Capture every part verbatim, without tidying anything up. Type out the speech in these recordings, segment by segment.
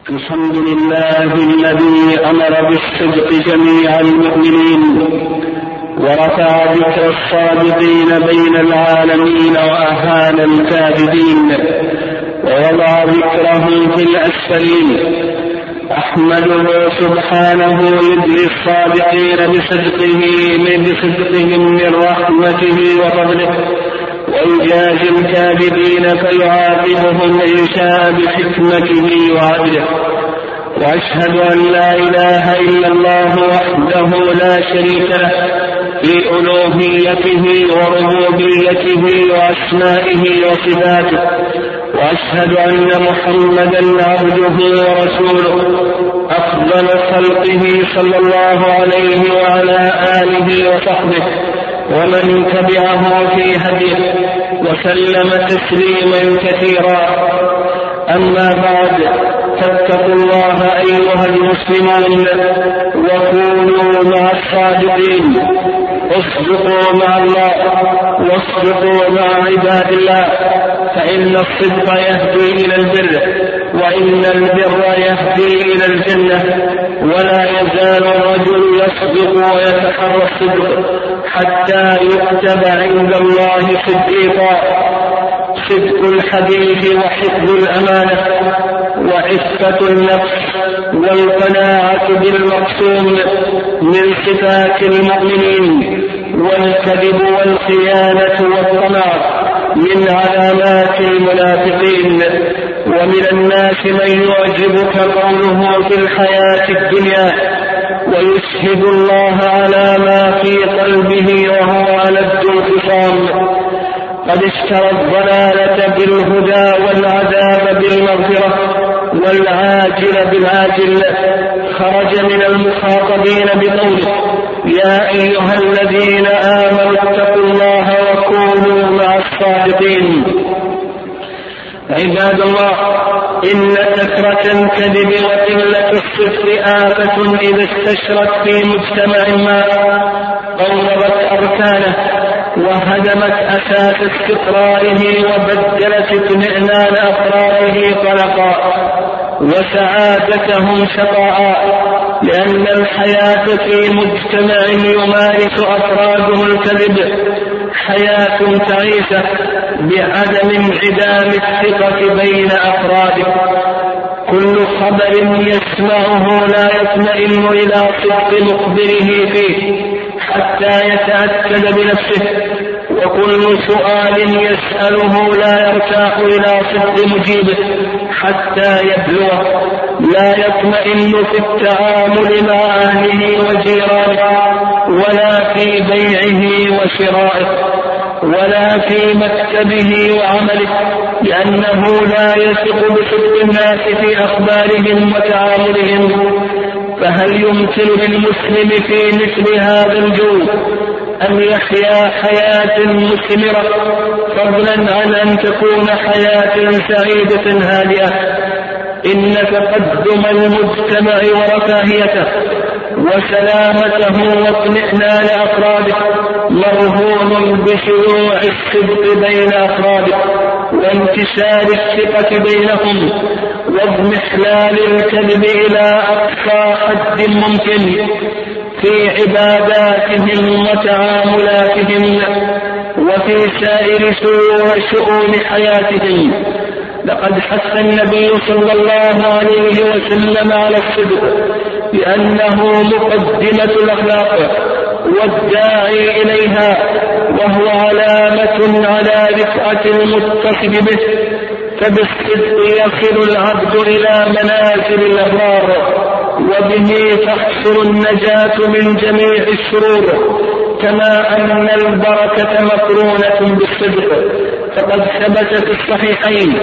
الحمد لله الذي أمر بالصدق جميع المؤمنين ورفع ذكر الصادقين بين العالمين وأهان الكاذبين ووضع ذكرهم في الأسفلين. أحمده سبحانه يدري الصادقين بصدقه بصدقهم من رحمته وفضله، ويجازي الكاذبين فيعاقبهم إن شاء بحكمته وعدله. وأشهد أن لا إله إلا الله وحده لا شريك له في ألوهيته وربوبيته وأسمائه وصفاته، وأشهد أن محمدا عبده ورسوله أفضل خلقه صلى الله عليه وعلى آله وصحبه ومن تبعه في هديه وسلم تسليما كثيرا. أما بعد، فاتقوا الله أيها المسلمون وكونوا مع الصادقين. اصدقوا مع الله واصدقوا مع عباد الله، فإن الصدق يهدي إلى البر، وإن البر يهدي إلى الجنة. ولا يزال الرجل يصدق ويتحرى الصدق حتى يكتب عند الله صديقا. صدق الحديث وحفظ الأمانة وعفة النفس والقناعة بالمقسوم من صفات المؤمنين، والكذب والخيانة والطمع من علامات المنافقين. ومن الناس من يعجبك قوله في الحياة الدنيا ويشهد الله على ما في قلبه وهو ألد الخصام. قد اشترى الضلالة بالهدى والعذاب بالمغفرة والعاجل بالعاجل. خرج من المخاطبين بقوله: يا أيها الذين آمنوا اتقوا الله وكونوا مع الصادقين. عباد الله، إن كثرة الكذب وقلة الصدق آفة إذا استشرت في مجتمع ما قوضت أركانه وهدمت أساس استقراره وبدلت اطمئنان أفراده قلقا وسعادتهم شقاء. لأن الحياة في مجتمع يمارس أفراده الكذب حياة تعيسة بعدم انعدام الثقة بين أفراده. كل خبر يسمعه لا يطمئن إلى صدق مخبره فيه حتى يتأكد بنفسه، وكل سؤال يسأله لا يرتاح إلى صدق مجيبه حتى يبلغه. لا يطمئن في التعامل مع أهله وجيرانه، ولا في بيعه وشرائه، ولا في مكتبه وعمله، لأنه لا يثق بصدق الناس في أخبارهم وتعاملهم. فهل يمكن للمسلم في مثل هذا الجو أن يحيا حياة مثمرة، فضلا عن أن تكون حياة سعيدة هادئة؟ إن تقدم المجتمع ورفاهيته وسلامته واطمئنان أفراده مرهون بشيوع الصدق بين أفراده وانتشار الثقة بينهم واضمحلال الكذب إلى أقصى حد ممكن في عباداتهم وتعاملاتهم وفي سائر شؤون حياتهم. لقد حث النبي صلى الله عليه وسلم على الصدق لأنه مقدمة الأخلاق والداعي إليها، وهو علامة على رفعة المتصف به. فبالصدق يصل العبد إلى منازل الأبرار، وبه تحصل النجاة من جميع الشرور، كما أن البركة مقرونة بالصدق. فقد ثبت في الصحيحين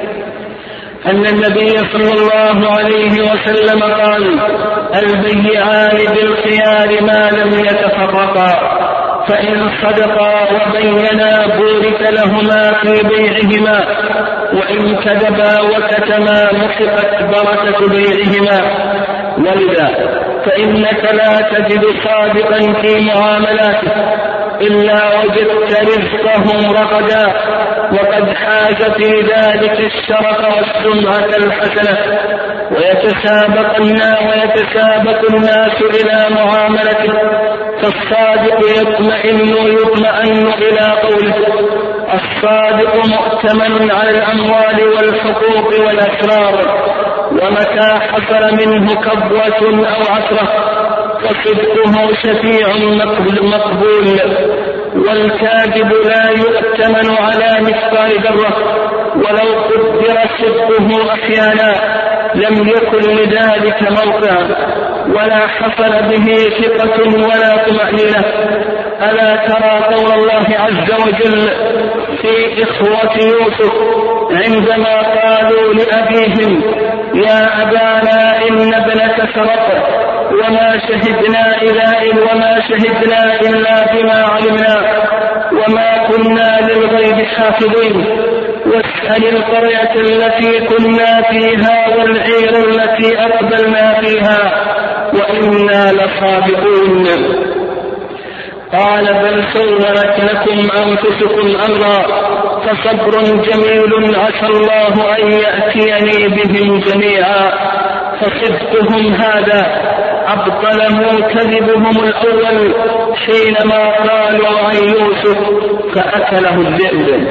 أن النبي صلى الله عليه وسلم قال: البيعان بالخيار ما لم يتفرقا، فإن صدقا وبينا بورك لهما في بيعهما، وإن كذبا وكتما محقت بركة بيعهما. ولذا فإنك لا تجد صادقا في معاملاته إلا وجدت رزقهم رغدا، وقد حاز في ذلك الشرف والسمعة الحسنة، ويتسابق ويتسابق الناس إلى معاملته، فالصادق يطمئن يطمئن إلى قوله. الصادق مؤتمن على الأموال والحقوق والأسرار، ومتى حصل منه كبوة أو عثرة فصدقه شفيع مقبول. والكاذب لا يؤتمن على مثقال ذرة، ولو قدر صدقه أحيانا لم يكن لذلك موقع، ولا حصل به ثقة ولا طمأنينة. ألا ترى قول الله عز وجل في إخوة يوسف عندما قالوا لأبيهم يا أبانا إن ابنك سرق وما شهدنا إلا وما شهدنا إلا بما علمنا وما كنا للغيب حافظين، واسأل القرية التي كنا فيها والعير التي أقبلنا فيها وإنا لصادقون. قال بل سولت لكم أنفسكم أمرا فصبر جميل عسى الله أن يأتيني بهم جميعا. فصدقهم هذا أبطله كذبهم الأول حينما قالوا عن يوسف فأكله الذئب.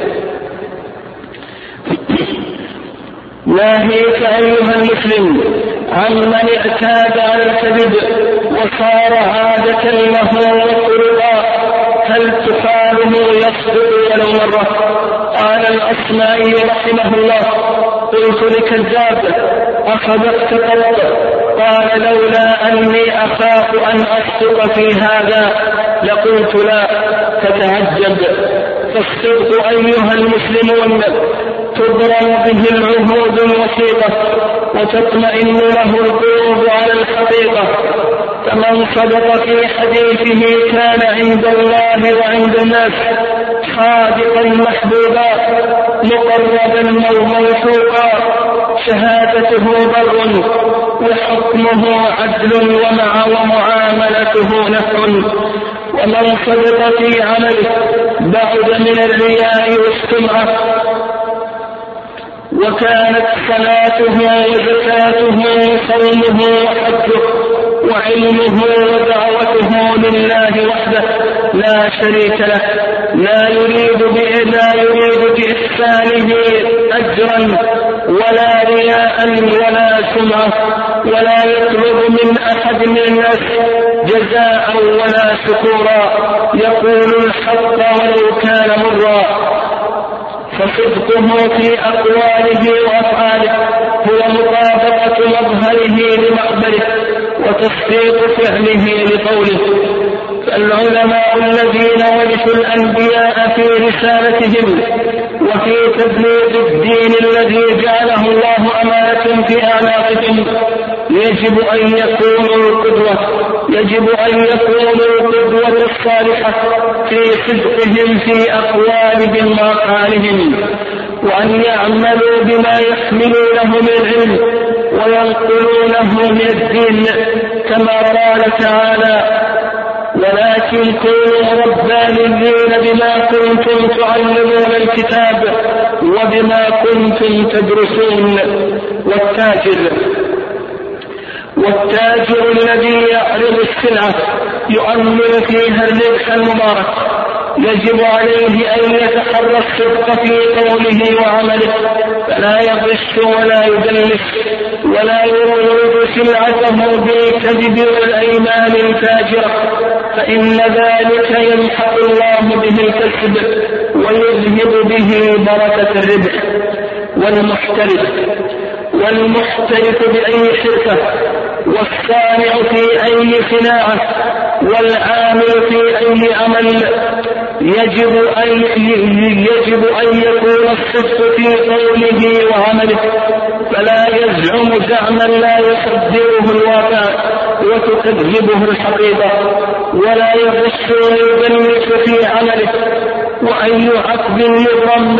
ناهيك أيها المسلم عمن اعتاد على الكذب وصار عادة له وطرقا، هل تقاله يصدق ولو مرة؟ قال الأصمعي رحمه الله قلت لكذاب أصدقت قط؟ قال لولا أني أخاف أن أصدق في هذا لقلت لا. فتعجب. فالصدق أيها المسلمون تضرم به العهود الوثيقة وتطمئن له القلوب على الحقيقة. فمن صدق في حديثه كان عند الله وعند الناس صادقا محبوبا مقربا موثوقا، شهادته بر وحكمه عدل ومع ومعاملته نفع. ومن صدق في عمله بعد من الرياء والسمعة، وكانت صلاته وزكاته وصومه وحجه وعلمه ودعوته لله وحده لا شريك له، لا يريد لا يريد بإحسانه أجرا ولا رياء ولا سمعة، ولا يطلب من أحد من الناس جزاء ولا شكورا، يقول الحق ولو كان مرا. فصدقه في أقواله وأفعاله هو مطابقة مظهره لمقبله وتصديق فعله لقوله. فالعلماء الذين ورثوا الأنبياء في رسالتهم وفي تبليغ الدين الذي جعله الله أمانة في أعناقهم يجب أن يكونوا القدوة يجب أن يكونوا القدوة الصالحة في صدقهم في أقوالهم وأفعالهم، وأن يعملوا بما يحملونه من العلم وينقلونه من الدين، كما قال تعالى ولكن كونوا ربانيين بما كنتم تعلمون الكتاب وبما كنتم تدرسون. والتاجر والتاجر الذي يعرض السلعة يؤمل فيها الربح المبارك يجب عليه أن يتحرى الصدق في قوله وعمله، فلا يغش ولا يدلس ولا يروج سلعته بالكذب والأيمان الفاجرة، فإن ذلك يمحق الله به الكسب ويذهب به بركة الربح. والمحترف والمحترف بأي شركة، والصانع في أي صناعة، والعامل في أي عمل يجب أن يجب أن يكون الصدق في قوله وعمله، فلا يزعم زعما لا يصدقه الواقع وتكذبه الحقيقة، ولا يغش ويدلس في عمله. وأي عقد يضم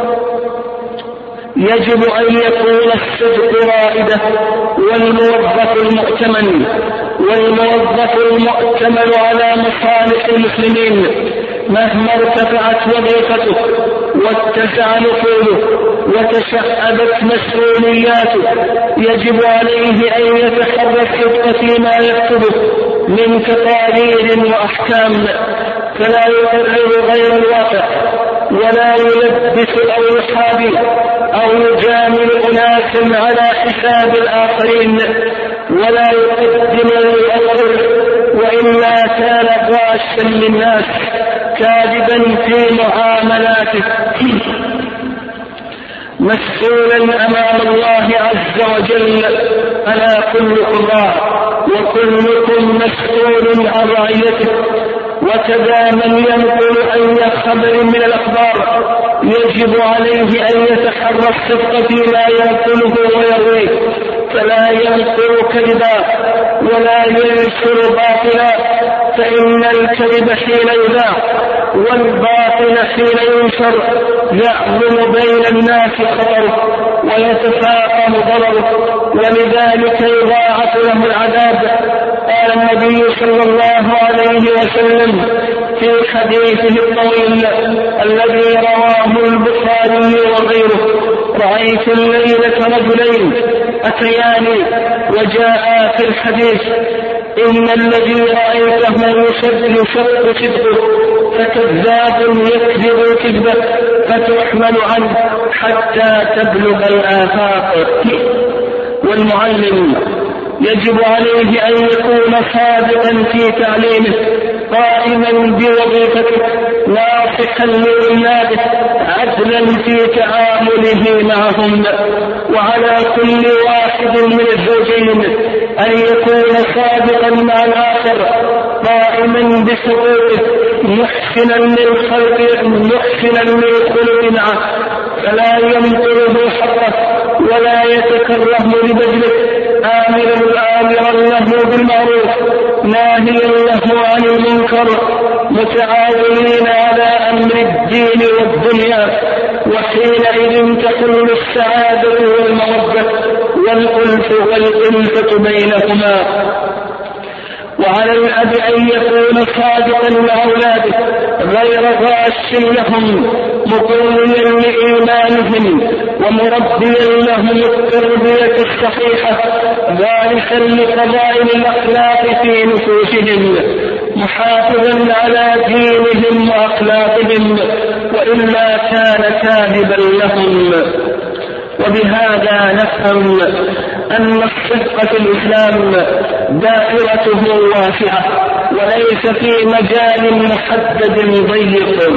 يجب أن يكون الصدق رائده. والموظف المؤتمن والموظف المؤتمن على مصالح المسلمين مهما ارتفعت وظيفته واتسع نفوذه وتشعبت مسؤولياته يجب عليه أن يتحرى الصدق فيما يكتبه من تقارير وأحكام، فلا يقرر غير الواقع ولا يلبس أو يحابي أو يجامل أناس على حساب الآخرين، ولا يقدم ويؤخر، وإلا كان غاشا للناس كاذبا في معاملاته مسؤولا أمام الله عز وجل. ألا كلكم راع وكلكم مسؤول عن رعيته. وكذا من ينقل أي خبر من الأخبار يجب عليه أن يتحرى الصدق فيما ينقله ويرويه، فلا ينقل كذبا ولا ينشر باطلا، فإن الكذب حين يذاع والباطل حين ينشر يعظم بين الناس خطره ويتفاقم ضرره، ولذلك يضاعف له العذاب. قال النبي صلى الله عليه وسلم في حديثه الطويل الذي رواه البخاري وغيره: رأيت الليلة رجلين أتياني وجاء في الحديث: إن الذي رأيته يشق صدقه، فكذاب يكذب كذبه فتحمل عنه حتى تبلغ الآفاق. والمعلم يجب عليه أن يكون صادقا في تعليمه، قائما بوظيفته، ناصحا لأولاده، عدلا في تعامله معهم. وعلى كل واحد من الزوجين أن يكون صادقا مع الآخر، قائما بحقوقه، محسنا للخلق محسنا للخلق معه، فلا ينقله حقه ولا يتكره لبذله، آمرا آمرا له بالمعروف ناهيا له عن المنكر، متعاونين على أمر الدين والدنيا، وحينئذ تكون السعادة والمودة والألف والألفة بينهما. وعلى الأب أن يكون صادقا مع أولاده غير غاش لهم، مقويا لإيمانهم ومربيا لهم التربية الصحيحة، ذلك لفضائل الأخلاق في نفوسهم، محافظا على دينهم وأخلاقهم، وإلا كان كاذبا لهم. وبهذا نفهم أن الصدق في الإسلام دائرته واسعة وليس في مجال محدد ضيق.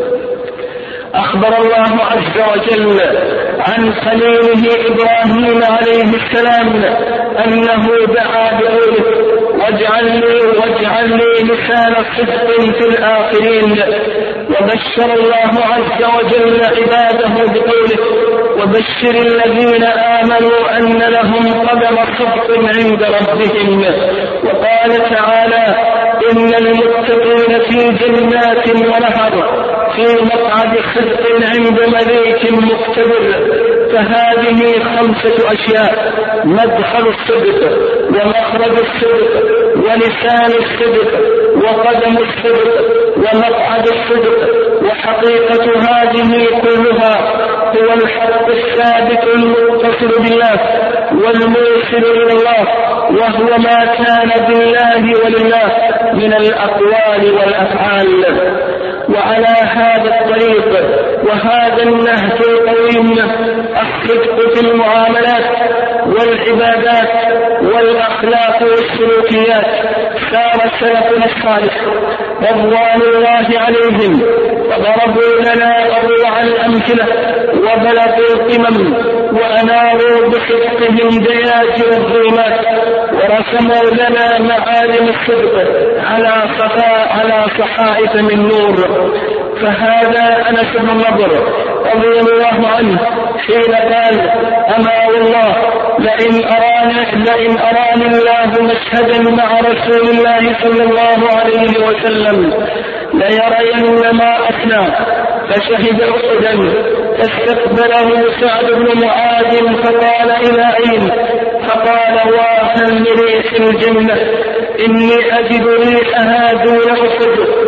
أخبر الله عز وجل عن خليله إبراهيم عليه السلام أنه دعا بقوله: واجعل لي واجعل لي لسان صدق في الآخرين. وبشر الله عز وجل عباده بقوله: وبشر الذين آمنوا أن لهم قدم صدق عند ربهم. وقال تعالى: إن المتقين في جنات ونهر في مقعد صدق عند مليك مقتدر. فهذه خمسة أشياء: مدخل الصدق، ومخرج الصدق، ولسان الصدق، وقدم الصدق، ومقعد الصدق. وحقيقة هذه كلها هو الحق الثابت المتصل بالله والموصل إلى الله، وهو ما كان بالله ولله من الأقوال والأفعال. وعلى هذا الطريق وهذا النهج القويم الصدق في المعاملات والعبادات والأخلاق والسلوكيات سار سلفنا الصالح رضوان الله عليهم، وضربوا لنا أروع الأمثلة وبلغوا القمم، وأناروا بصدقهم دياجر الظلمات، ورسموا لنا معالم الصدق على صفاء على صحائف من نور. فهذا أنس بن النضر رضي الله عنه حين قال: أما والله لئن أراني, لئن أراني الله مشهدا مع رسول الله صلى الله عليه وسلم ليرين ما أثنى. فشهد أحدا فاستقبله سعد بن معاذ فقال: إلى أين؟ فقال: واها لريح الجنة، إني أجد ريحها دون أحد.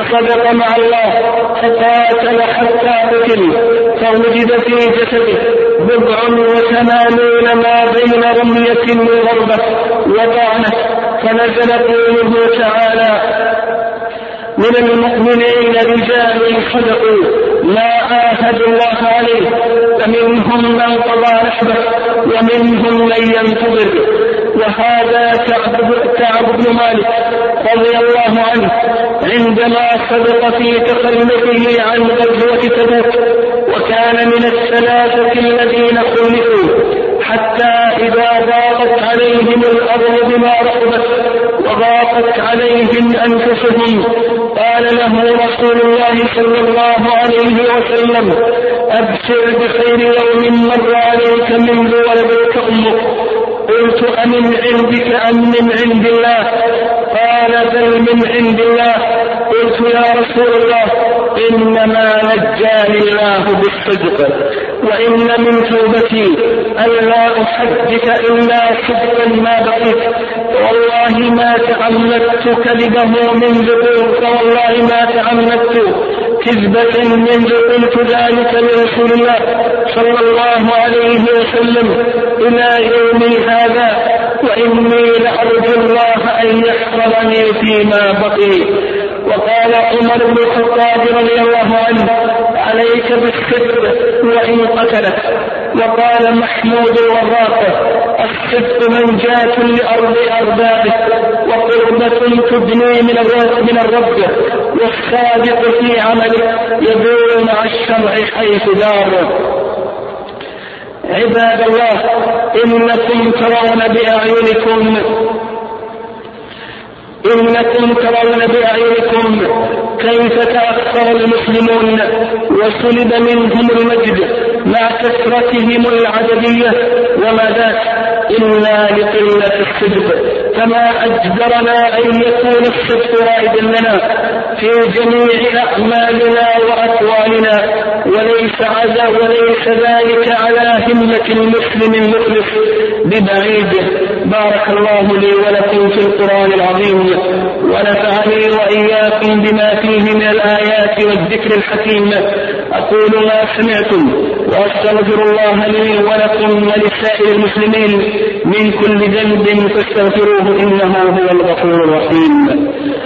فصدق مع الله فقاتل حتى قتل، فوجد في جسده بضع وثمانون ما بين رمية وضربة وطعنة، فنزل قوله تعالى: من المؤمنين رجال صدقوا ما عاهدوا الله عليه، فمنهم من قضى نحبه ومنهم من ينتظر. وهذا كعب بن مالك رضي الله عنه عندما صدق في تخلفه عن غزوة تبوك، وكان من الثلاثة الذين خلفوا حتى إذا ضاقت عليهم الأرض بما رحبت وضاقت عليهم أنفسهم قال له رسول الله صلى الله عليه وسلم: أبشر بخير يوم مر عليك منذ ولدتك أمك. قلت: أمن عندك أم من عند الله؟ قال: بل من عند الله. قلت: يا رسول الله، إنما نجاني الله بالصدق، وإن من توبتي ألا أحدث إلا صدقا ما بقيت، والله ما تعمدت كذبه منذ قلت والله ما تعمدت كذبة منذ قلت ذلك لرسول الله صلى الله عليه وسلم إلى يومي هذا، وإني لأرجو الله أن يحفظني فيما بقي. وقال عمر بن الخطاب رضي الله عنه: عليك بالصدق وإن قتلك. وقال محمود الوراقة: الصدق منجاة لأرض أربابه، وقربة تدني من الرب, من الرب والصادق في عمله يدور مع الشرع حيث دار. عباد الله، إنكم ترون بأعينكم إنكم ترون بأعينكم كيف تأخر المسلمون وسلب منهم المجد مع كثرتهم العددية، وما ذاك إلا لقلة الصدق. كما أجدرنا أن يكون الصدق رائدا لنا في جميع أعمالنا وأقوالنا، وليس عزا وليس ذلك على همة المسلم المخلص ببعيد. بارك الله لي ولكم في القرآن العظيم، ونفعني وإياكم بما فيه من الآيات والذكر الحكيم. أقول ما سمعتم وأستغفر الله لي ولكم ولسائر المسلمين من كل ذنب فاستغفروه إنه هو الغفور الرحيم.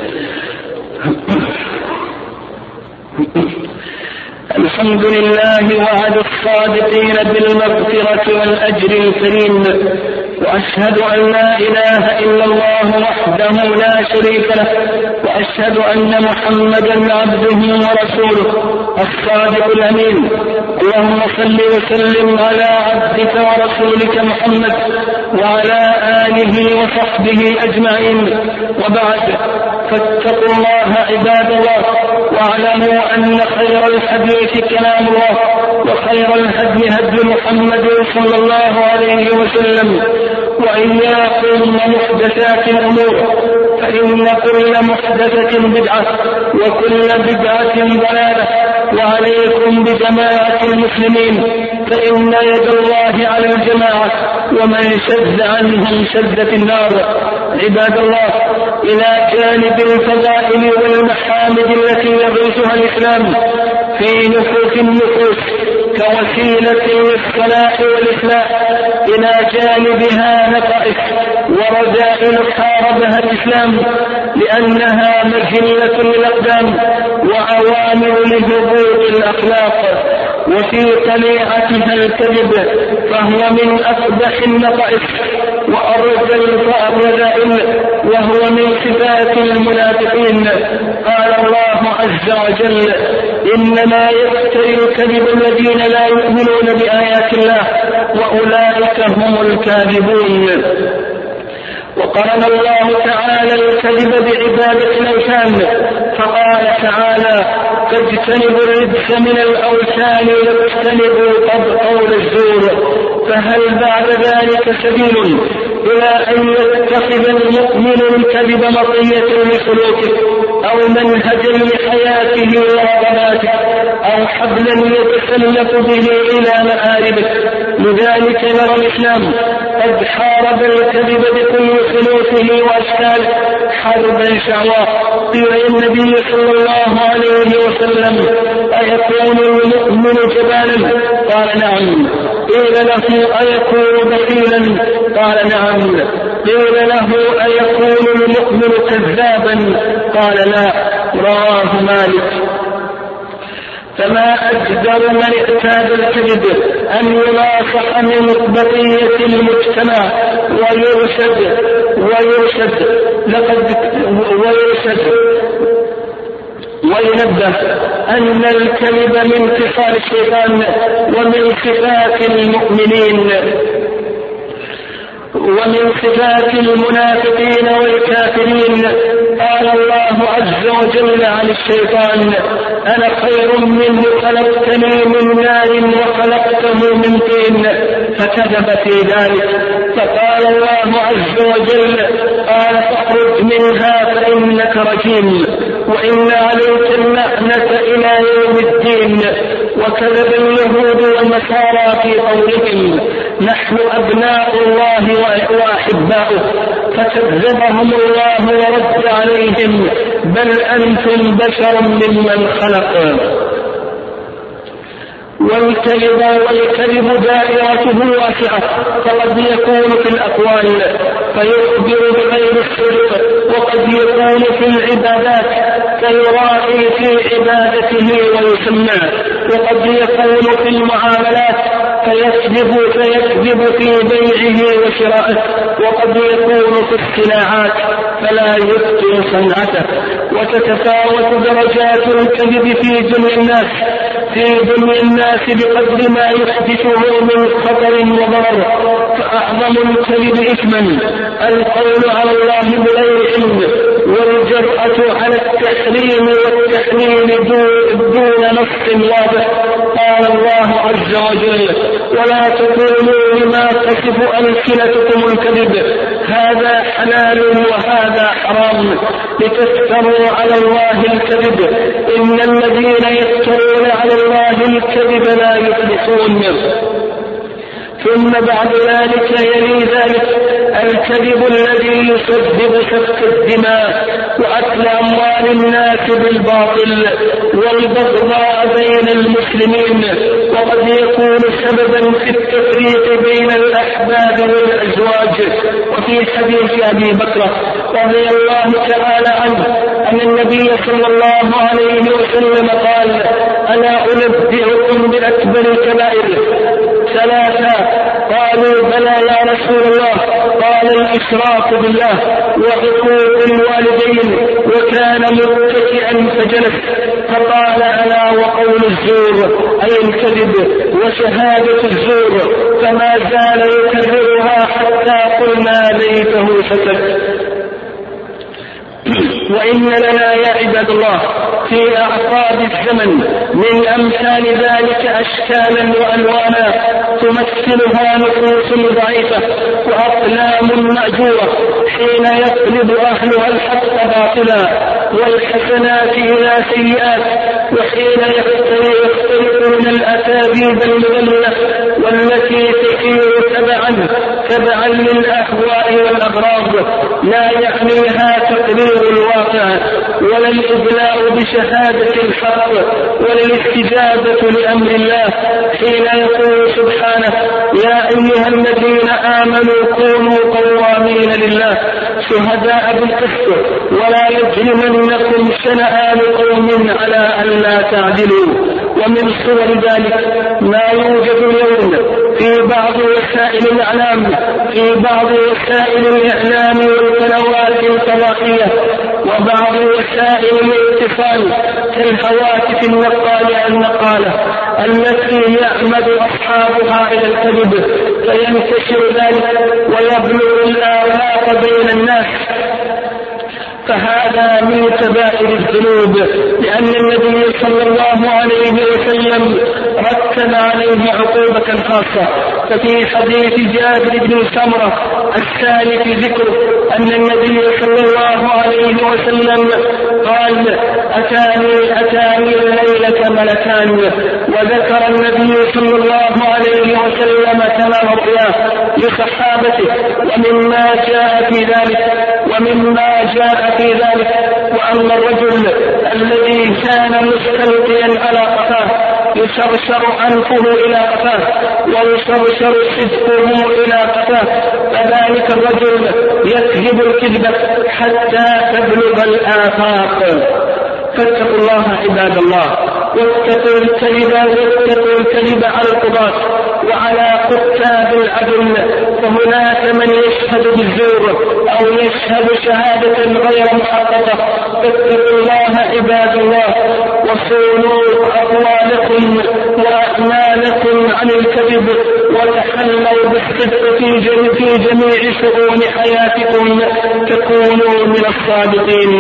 الحمد لله وعد الصادقين بالمغفرة والأجر الكريم، وأشهد أن لا إله إلا الله وحده لا شريك له، وأشهد أن محمدا عبده ورسوله الصادق الأمين. اللهم صل وسلم على عبدك ورسولك محمد وعلى آله وصحبه أجمعين، وبعد، فاتقوا الله عباد الله، واعلموا أن خير الحديث كلام الله، وخير الهدي هدي محمد صلى الله عليه وسلم، وإياكم ومحدثات الأمور، فإن كل محدثة بدعة وكل بدعة ضلالة، وعليكم بجماعة المسلمين، فإن يد الله على الجماعة، ومن شد عنهم شد في النار. عباد الله، إلى جانب الفضائل والمحامد التي يغرسها الإسلام في نفوس النفوس كوسيلة للصلاح والإصلاح، إلى جانبها نقائص ورذائل حاربها الإسلام لأنها مجلة للأقدام وعوامل لهبوط الأخلاق، وفي طليعتها الكذب، فهو من أقبح النقائص وأرذل الرذائل، وهو من صفات المنافقين. قال الله عز وجل: إنما يفتري الكذب الذين لا يؤمنون بآيات الله وأولئك هم الكاذبون. وقرن الله تعالى الكذب بعبادة الأوثان، فقال تعالى: فاجتنبوا الرجس من الأوثان واجتنبوا قول الزور. فهل بعد ذلك سبيل إلى أن يتخذ المؤمن الكذب مطية لسلوكه، أو منهجا لحياته ورغباته، أو حبلا يتسلف به إلى مآربه؟ لذلك نرى الإسلام قد حارب الكذب بكل خلوصه وأشكاله حربا شعواء. قيل النبي صلى الله عليه وسلم: أيكون المؤمن جبانا؟ قال: نعم. قيل له: أيكون بخيلا؟ قال: نعم. قيل له: أيكون المؤمن كذابا؟ قال: لا. رواه مالك. فما أجدر من اعتاد الكذب أن يناصح من بقية المجتمع ويرشد ويرشد لقد ويرشد وينبه أن الكذب من خصال الشيطان ومن صفات المؤمنين ومن صفات المنافقين والكافرين. قال الله عز وجل عن الشيطان: أنا خير منه خلقتني من نار وخلقته من طين، فكذب في ذلك. فقال الله عز وجل: قال: فاخرج منها فإنك رجيم وإن عليك اللعنة إلى يوم الدين. وكذب اليهود والنصارى في قولهم: نحن أبناء الله وأحباؤه، فكذبهم الله ورد عليهم: بل أنتم بشر ممن خلق. والكذب والكذب دائرته واسعة، فقد يكون في الأقوال فيخبر بغير الصدق، وقد يكون في العبادات فيراعي في عبادته ويسمع، وقد يكون في المعاملات فيكذب فيكذب في بيعه وشرائه، وقد يكون في الصناعات فلا يتقن صنعته. وتتفاوت درجات الكذب في دنيا الناس في دنيا الناس بقدر ما يحدثه من خطر وضرر. فأعظم الكذب إثما القول على الله بغير علم، والجرأة على التحريم والتحليل دون نص واضح. قال الله عز وجل: ولا تقولوا لما تصف ألسنتكم الكذب هذا حلال وهذا حرام لتفتروا على الله الكذب إن الذين يفترون على الله الكذب لا يفلحون. ثم بعد ذلك يلي ذلك الكذب الذي يسبب سفك الدماء وأكل أموال الناس بالباطل والبغضاء بين المسلمين، وقد يكون سببا في التفريق بين الأحباب والأزواج. وفي حديث أبي بكر رضي الله تعالى عنه أن النبي صلى الله عليه وسلم قال: ألا أنبئكم بأكبر الكبائر؟ ثلاثة. قالوا: بلى يا رسول الله. قال: الإشراك بالله وعقوق الوالدين. وكان متكئا فجلس فقال: ألا وقول الزور أي الكذب وشهادة الزور. فما زال يكررها حتى قلنا ليته سكت. وإن لنا يا عباد الله في أعقاب الزمن من أمثال ذلك أشكالا وألوانا تمثلها نفوس ضعيفة وأقلام مأجورة حين يقلب أهلها الحق باطلا والحسنات إلى سيئات، وحين يختلقون الأكاذيب المضلة والتي تسير تبعا تبعا للأهواء والأغراض لا يعنيها تقرير الواقع ولا الإبلاء بشهادة الحق ولا الاستجابة لأمر الله، حين يقول سبحانه: يا أيها الذين آمنوا كونوا قوامين لله شهداء بالقسط ولا يجرمنكم شنآن قوم على ألا تعدلوا. ومن صور ذلك ما يوجد اليوم في بعض وسائل الإعلام في بعض وسائل الإعلام والقنوات الفضائية وبعض وسائل الاتصال كالهواتف النقالة النقالة التي يعمد أصحابها إلى الكذب، فينتشر ذلك ويبلغ الآفاق بين الناس. فهذا من كبائر الذنوب، لأن النبي صلى الله عليه وسلم رتب عليه عقوبة خاصة. ففي حديث جابر بن سمرة الثالث ذكر أن النبي صلى الله عليه وسلم قال أتاني أتاني الليلة ملكان، وذكر النبي صلى الله عليه وسلم تمام رؤياه لصحابته ومما جاء في ذلك ومما جاء في ذلك وأن الرجل الذي كان مستلقيا على قفاه يشرشر أنفه إلى قفاه ويشرشر صدقه إلى قفاه، فذلك الرجل يكذب الكذب حتى تبلغ الآفاق. فاتقوا الله عباد الله، واتقوا الكذب واتقوا الكذب على القضاة وعلى قتاب العدل، فهناك من يشهد بالزور أو يشهد شهادة غير محققة. فاتقوا الله عباد الله، وصونوا أقوالكم وأعمالكم عن الكذب، وتحلوا بالصدق في جميع شؤون حياتكم تكونوا من الصادقين.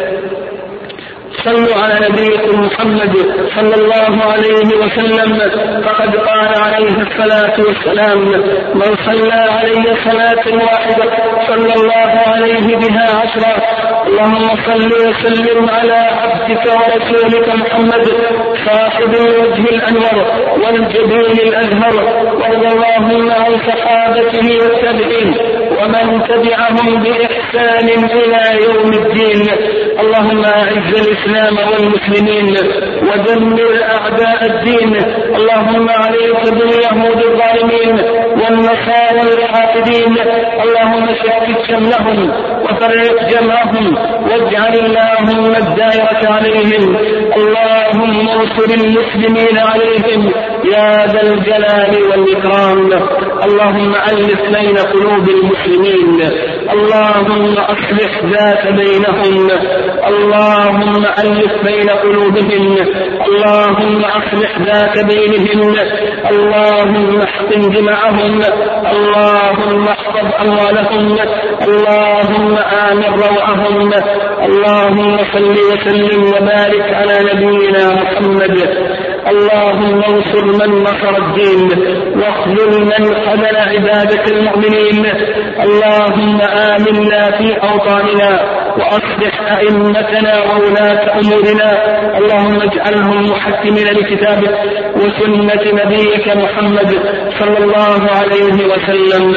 صلوا على نبيكم محمد صلى الله عليه وسلم، فقد قال عليه الصلاة والسلام: من صلى علي صلاة واحدة صلى الله عليه بها عشرا. اللهم صل وسلم على عبدك ورسولك محمد صاحب الوجه الأنور والجبين الأزهر، وارض اللهم عن صحابته والتابعين ومن تبعهم بإحسان إلى يوم الدين. اللهم أعز الإسلام والمسلمين ودمر أعداء الدين. اللهم عليك باليهود الظالمين والنصارى الحاقدين. اللهم شتت شملهم وفرق جمعهم واجعل اللهم الدائرة عليهم. اللهم انصر المسلمين عليهم يا ذا الجلال والإكرام. اللهم ألف بين قلوب المسلمين. اللهم أصلح ذات بينهم. اللهم ألف بين قلوبهم. اللهم أصلح ذات بينهم. اللهم احقن دماءهم. اللهم احفظ أموالهم. اللهم آمن روعهم. اللهم صل وسلم وبارك على نبينا محمد. اللهم انصر من نصر الدين واخذل من خذل عبادة المؤمنين. اللهم آمنا في أوطاننا وأصلح أئمتنا وولاة أمورنا. اللهم اجعلهم محكمين لكتابك وسنة نبيك محمد صلى الله عليه وسلم.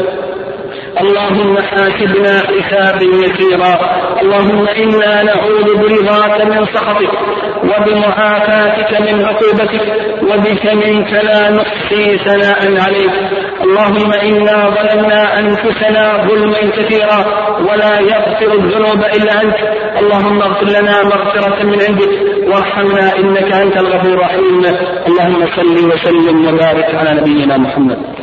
اللهم حاسبنا حسابا يسيرا. اللهم إنا نعوذ برضاك من سخطك وبمعافاتك من عقوبتك، وبك منك لا نحصي ثناء عليك. اللهم إنا ظلمنا أنفسنا ظلما كثيرا ولا يغفر الذنوب إلا أنت. اللهم اغفر لنا مغفرة من عندك وارحمنا إنك أنت الغفور الرحيم. اللهم صل وسلم وبارك على نبينا محمد.